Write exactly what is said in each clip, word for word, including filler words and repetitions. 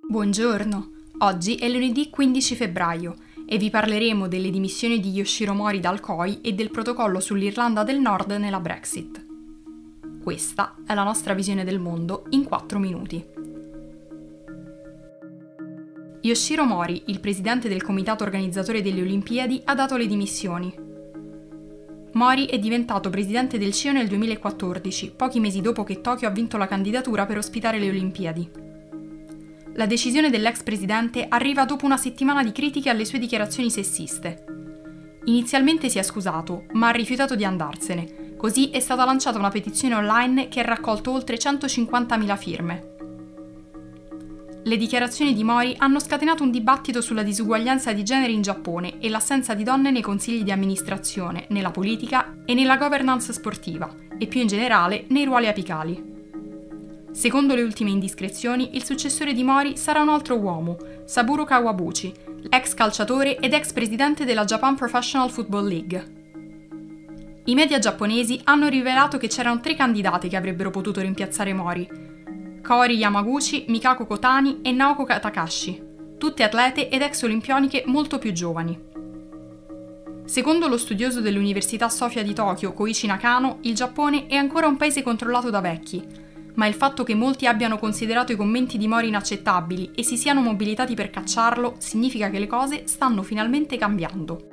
Buongiorno, oggi è lunedì quindici febbraio e vi parleremo delle dimissioni di Yoshiro Mori dal C O I e del protocollo sull'Irlanda del Nord nella Brexit. Questa è la nostra visione del mondo in quattro minuti. Yoshiro Mori, il presidente del comitato organizzatore delle Olimpiadi, ha dato le dimissioni. Mori è diventato presidente del C I O nel duemilaquattordici, pochi mesi dopo che Tokyo ha vinto la candidatura per ospitare le Olimpiadi. La decisione dell'ex presidente arriva dopo una settimana di critiche alle sue dichiarazioni sessiste. Inizialmente si è scusato, ma ha rifiutato di andarsene. Così è stata lanciata una petizione online che ha raccolto oltre centocinquantamila firme. Le dichiarazioni di Mori hanno scatenato un dibattito sulla disuguaglianza di genere in Giappone e l'assenza di donne nei consigli di amministrazione, nella politica e nella governance sportiva, e più in generale nei ruoli apicali. Secondo le ultime indiscrezioni, il successore di Mori sarà un altro uomo, Saburo Kawabuchi, ex calciatore ed ex presidente della Japan Professional Football League. I media giapponesi hanno rivelato che c'erano tre candidate che avrebbero potuto rimpiazzare Mori: Kaori Yamaguchi, Mikako Kotani e Naoko Takashi, tutte atlete ed ex olimpioniche molto più giovani. Secondo lo studioso dell'Università Sofia di Tokyo, Koichi Nakano, il Giappone è ancora un paese controllato da vecchi, ma il fatto che molti abbiano considerato i commenti di Mori inaccettabili e si siano mobilitati per cacciarlo significa che le cose stanno finalmente cambiando.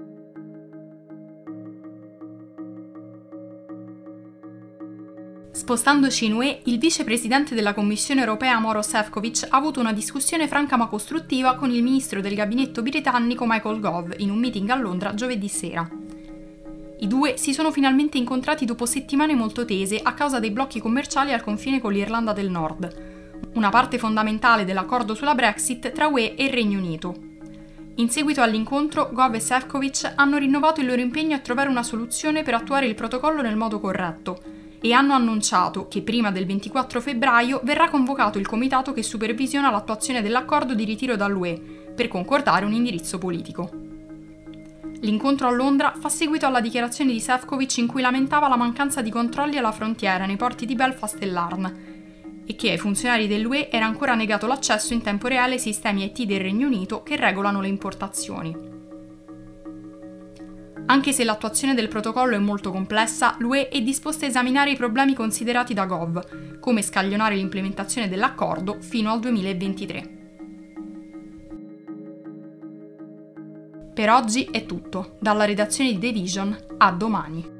Spostandoci in U E, il vicepresidente della Commissione europea Maroš Šefčovič ha avuto una discussione franca ma costruttiva con il ministro del gabinetto britannico Michael Gove in un meeting a Londra giovedì sera. I due si sono finalmente incontrati dopo settimane molto tese a causa dei blocchi commerciali al confine con l'Irlanda del Nord, una parte fondamentale dell'accordo sulla Brexit tra U E e il Regno Unito. In seguito all'incontro, Gove e Šefčovič hanno rinnovato il loro impegno a trovare una soluzione per attuare il protocollo nel modo corretto e hanno annunciato che prima del ventiquattro febbraio verrà convocato il comitato che supervisiona l'attuazione dell'accordo di ritiro dall'U E per concordare un indirizzo politico. L'incontro a Londra fa seguito alla dichiarazione di Šefčovič in cui lamentava la mancanza di controlli alla frontiera nei porti di Belfast e Larne e che ai funzionari dell'U E era ancora negato l'accesso in tempo reale ai sistemi I T del Regno Unito che regolano le importazioni. Anche se l'attuazione del protocollo è molto complessa, l'U E è disposta a esaminare i problemi considerati da Gove, come scaglionare l'implementazione dell'accordo fino al duemilaventitré. Per oggi è tutto, dalla redazione di The Vision, a domani.